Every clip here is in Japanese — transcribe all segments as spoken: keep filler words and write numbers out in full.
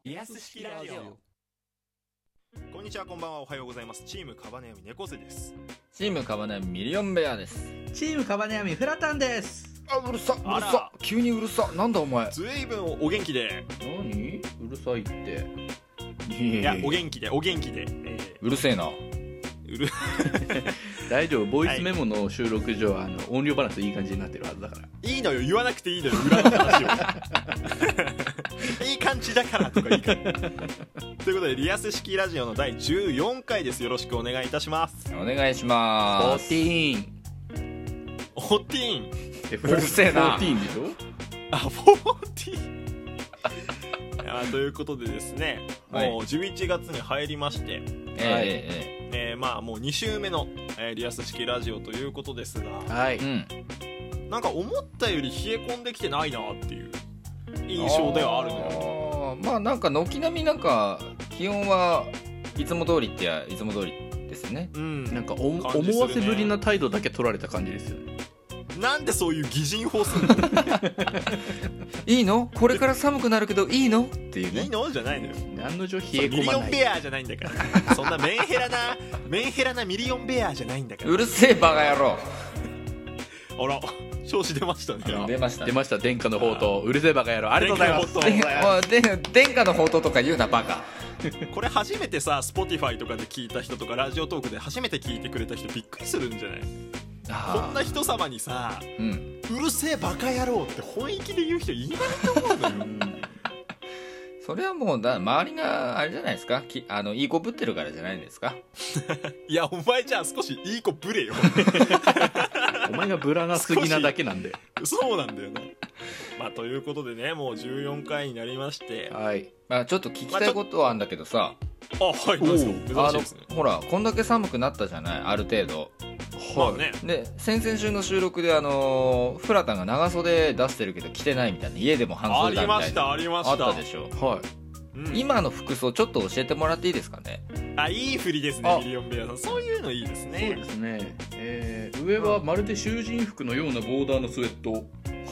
リアス式ラジオ。 こんにちは、こんばんは、おはようございます。チームカバネヤミ猫背です。 チームカバネヤミミリオンベアです。 チームカバネヤミフラタンです。 あ、うるさうるさ、急にうるさ、なんだお前。 ずいぶんお元気で。 何うるさいって。 いや、お元気でお元気で、えー、 うるせえな。 うる大丈夫、ボイスメモの収録上は、はい、あの音量バランスいい感じになってるはずだから。 いいのよ、言わなくていいのよ、裏の話をいい感じだからとかいいからということで、リアス式ラジオのだいじゅうよんかいです。よろしくお願いいたします。 お願いします。 フォーティーンフォーティーンうるせえな。 フォーティーンでしょ。 あ、フォーティーンということでですね、もうじゅういちがつに入りまして、 はい、えーえー、まあもうに週目の、えー、リアス式ラジオということですが、 はい、 うん、 なんか思ったより冷え込んできてないなっていう印象ではあるのよ。 まあなんか軒並みなんか気温はいつも通りってやいつも通りですね。 うん、なんかお、ね、思わせぶりな態度だけ取られた感じですよね。 なんでそういう擬人法すんのいいのこれから寒くなるけどいいのっていうね。 いいのじゃないのよ。 何の情冷え込まない。 ミリオンベアじゃないんだからそんなメンヘラなメンヘラなミリオンベアじゃないんだから。 うるせえバカ野郎あら、調子出ましたね。 出ました、ね、 出ました。殿下の宝刀、うるせえバカ野郎、ありがとうございます。 殿下の宝刀とか言うなバカこれ初めてさ、Spotify とかで聞いた人とかラジオトークで初めて聞いてくれた人びっくりするんじゃない？こんな人様にさ、うん、うるせえバカ野郎って本意気で言う人いないと思うのよそれはもうだ周りがあれじゃないですか、きあのいい子ぶってるからじゃないんですかいや、お前じゃあ少しいい子ぶれよお前がぶらなすぎなだけなんでそうなんだよな。まあということでね、もうじゅうよんかいになりまして、 はい、まあ、ちょっと聞きたいことはあるんだけどさ、 まあ、あ、はい、珍しいですね。 ほらこんだけ寒くなったじゃない、ある程度。 まあね、 で先々週の収録であのー、フラタンが長袖出してるけど着てないみたいな、家でも半袖だみたいな、 ありましたありました、 あったでしょ。 はい、 うん、今の服装ちょっと教えてもらっていいですかね。 あ、いい振りですね、ミリオンベアさん。そういうのいいですね。 そうですね、えー、上はまるで囚人服のようなボーダーのスウェット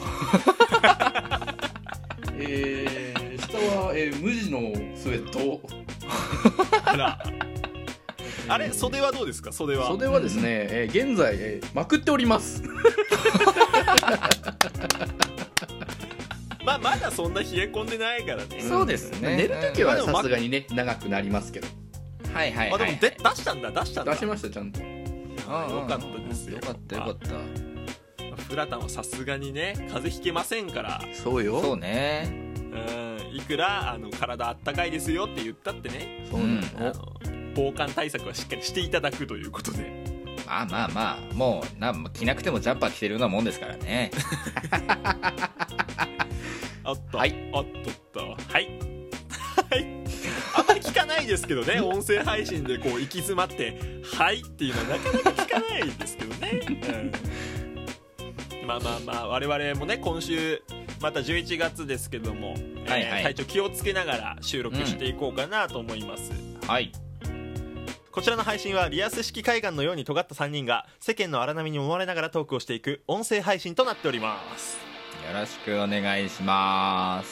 えー、下は、えー、無地のスウェットあらあれ、袖はどうですか？袖は袖はですね、えー、現在、えー、まくっておりますまあまだそんな冷え込んでないからね。 そうですね、 寝るときはさすがにね長くなりますけど、 はいはいはい、はい、 あ、でもで出したんだ出したんだ出しましたちゃんと。 ああ、よかったですよ。 よかったよかった。 フラタンはさすがにね風邪ひけませんから。 そうよ。 そうね。 うん、いくらあの体あったかいですよって言ったってね、 そう、うん、 あの防寒対策はしっかりしていただくということで。 まあまあまあ、もうな着なくてもジャンパー着てるようなもんですからねあった、 はい、 あったったはいはいあんまり聞かないですけどね音声配信でこう行き詰まってはいっていうのはなかなか聞かないですけどね、うん、まあまあまあ我々もね今週またじゅういちがつですけども、はいはい、えー、体調気をつけながら収録していこうかなと思います、 うん、はい。 こちらの配信はリアス式海岸のように尖ったさんにんが世間の荒波に揉まれながらトークをしていく音声配信となっております。 よろしくお願いします。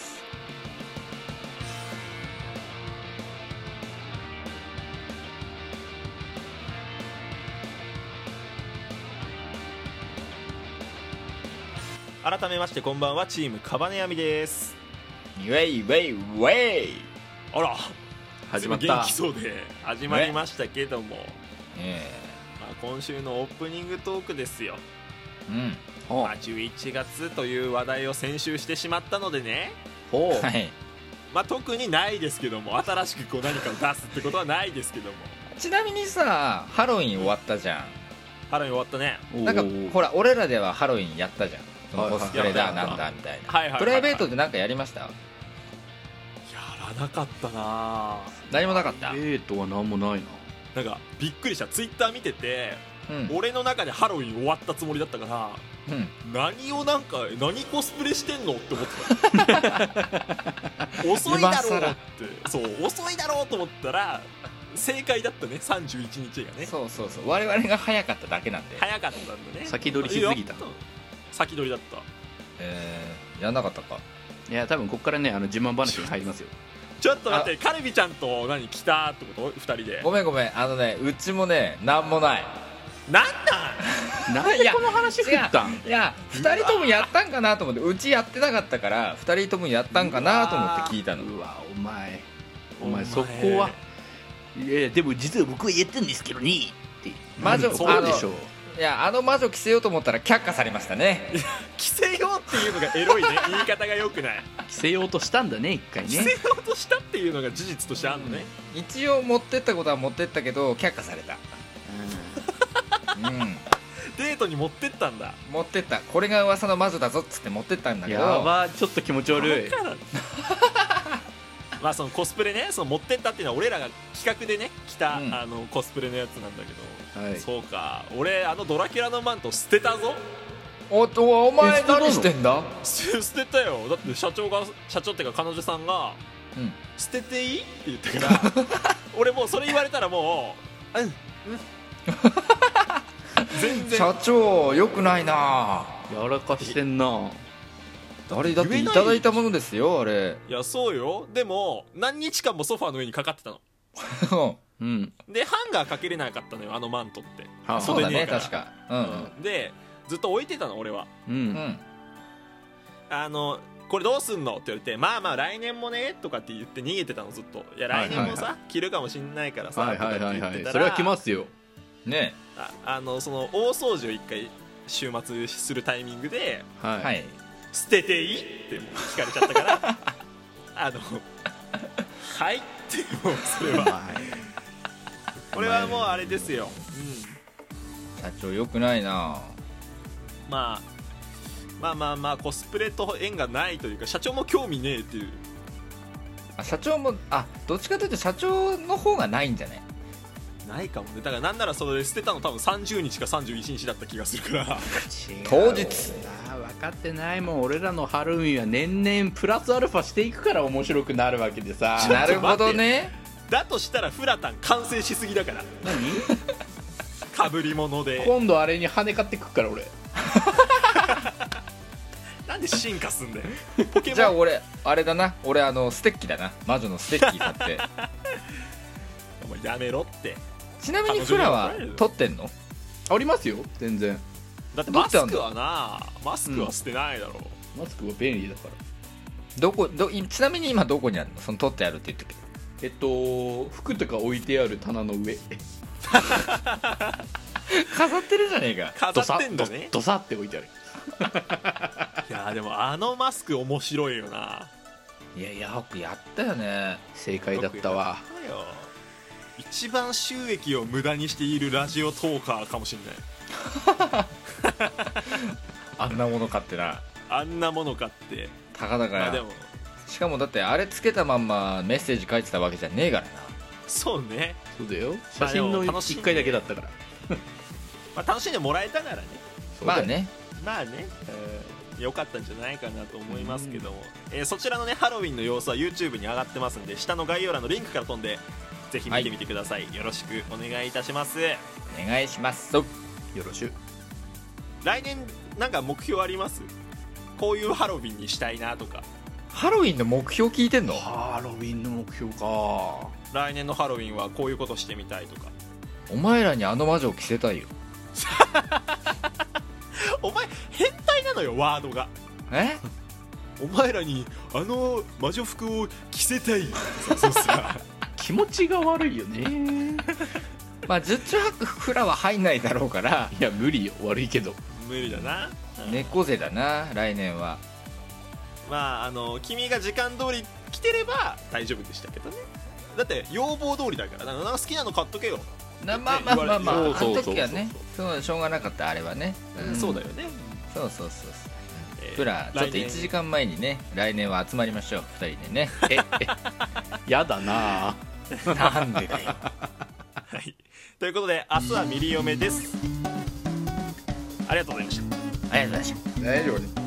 改めましてこんばんは、チームカバネヤミです。 ウェイウェイウェイ。 あら、 始まった。 元気そうで始まりましたけども、 えーまあ、今週のオープニングトークですよ。 うん、 まあ、じゅういちがつという話題を先週してしまったのでね、 ほう、はい、 まあ、特にないですけども、新しくこう何かを出すってことはないですけども。 ちなみにさ、ハロウィン終わったじゃん。 ハロウィン終わったね。 なんかほら俺らではハロウィンやったじゃん、そのコスプレだなんだみたいな、はいはいはいはい、プライベートで何かやりました？やらなかったな。 何もなかった。 プライベートは何もないな。 なんかびっくりした。ツイッター見てて、 うん、 俺の中でハロウィン終わったつもりだったから、うん、何をなんか何コスプレしてんのって思ってた遅いだろうって、そう遅いだろうと思ったら正解だったね、さんじゅういちにちがね。 そうそうそう、我々が早かっただけなんで。 早かったんだね。 先取りしすぎた。 先取りだった。 えー、やんなかったか。 いや多分ここからねあの自慢話に入りますよちょっと待って、カルビちゃんと何来たってことふたりで。 ごめんごめん、あのねうちもねなんもない。 なんなんなんでこの話振ったん？ いやふたりともやったんかなと思って、うちやってなかったからふたりともやったんかなと思って聞いたの。 うわお前お前そこは、いやいやでも実は僕はやってんですけどねって魔女そうでしょう。 いやあの魔女着せようと思ったら却下されましたね。 着せようっていうのがエロいね言い方がよくない。 着せようとしたんだね一回ね。 着せようとしたっていうのが事実としてあるのね、 うん、一応持ってったことは持ってったけど却下された。うん、うん、 デートに持ってったんだ。 持ってった。これが噂の魔女だぞっつって持ってったんだけど、 やばちょっと気持ち悪い。 まあそのコスプレね、その持ってったっていうのは俺らが企画でね着た、 うん、 あのコスプレのやつなんだけど、 はい、 そうか俺あのドラキュラのマント捨てたぞ。 おっとお前何してんだ。 捨てたよ。だって社長が社長っていうか彼女さんが、 うん、 捨てていいって言ったから俺もうそれ言われたらもううんうん全然社長よくないな。 やらかしてんな。 あれだっていただいたものですよあれ。 いやそうよ。でも何日間もソファーの上にかかってたのうん、でハンガーかけれなかったのよあのマントって。 あそうだね確か、うんうん、でずっと置いてたの俺は、 うん、 あのこれどうすんのって言われて、まあまあ来年もねとかって言って逃げてたのずっと。いや来年もさ、はいはいはい、着るかもしんないからさ、 はいはいはいはい、それは来ますよね。 ああのその大掃除を一回週末するタイミングで、 はいはい、 捨てていいってもう聞かれちゃったからあのはいってもうそれはこれはもうあれですよ、 うん、社長よくないな。 まあまあまあまあコスプレと縁がないというか社長も興味ねえっていう。 あ社長もあどっちかというと社長の方がないんじゃない。 ないかもね。だからなんならそれ捨てたの多分さんじゅうにちかさんじゅういちにちだった気がするから当日あ分かってないもん。俺らのハロウィンは年々プラスアルファしていくから面白くなるわけでさ。 なるほどね。 だとしたらフラタン完成しすぎだから。 何かぶり物で今度あれに跳ね買ってくっから俺なんで進化すんだよポケモン。 じゃあ俺あれだな、俺あのステッキだな。魔女のステッキ買ってお前やめろって。 ちなみにフラは取ってんの？ ありますよ全然。 だってマスクはなマスクは捨てないだろう、 うん、マスクは便利だから。 どこどちなみに今どこにあるの？その取ってあるって言ってけど。 えっと服とか置いてある棚の上飾ってるじゃねえか。 飾ってんだね。 ドサって置いてあるいやでもあのマスク面白いよな。 いやよくやったよね。 正解だったわ。 一番収益を無駄にしているラジオトーカーかもしれないあんなもの買ってな。 あんなもの買ってたかだかや、まあ、でもしかもだってあれつけたまんまメッセージ書いてたわけじゃねえからな。 そうね。 そうだよ。写真のいっかいだけだったからまあ楽しんでもらえたならね。 まあねまあね、えー、よかったんじゃないかなと思いますけども、えー、そちらのねハロウィンの様子は YouTube に上がってますんで下の概要欄のリンクから飛んでぜひ見てみてください、はい、よろしくお願いいたします。 お願いします。 よろしゅ。 来年なんか目標あります？こういうハロウィンにしたいなとか。 ハロウィンの目標聞いてんの？ ハロウィンの目標か。 来年のハロウィンはこういうことしてみたいとか。 お前らにあの魔女を着せたいよお前変態なのよワードが。 えお前らにあの魔女服を着せたいそうさ気持ちが悪いよねまあ十中八九フラは入んないだろうから。 いや無理よ。悪いけど無理だな。 猫背だな来年は。 まああの君が時間通り来てれば大丈夫でしたけどね。だって要望通りだからなんか好きなの買っとけよ。 なまあまあまあまああの時はねそうしょうがなかったあれはね、 うん、そうだよね。 そうそうそうそう、えー、フラちょっといちじかんまえにね来年は集まりましょうふたりでね。 ええやだななんでだよはいということで明日はミリオメです。ありがとうございました。 ありがとうございました。 大丈夫です。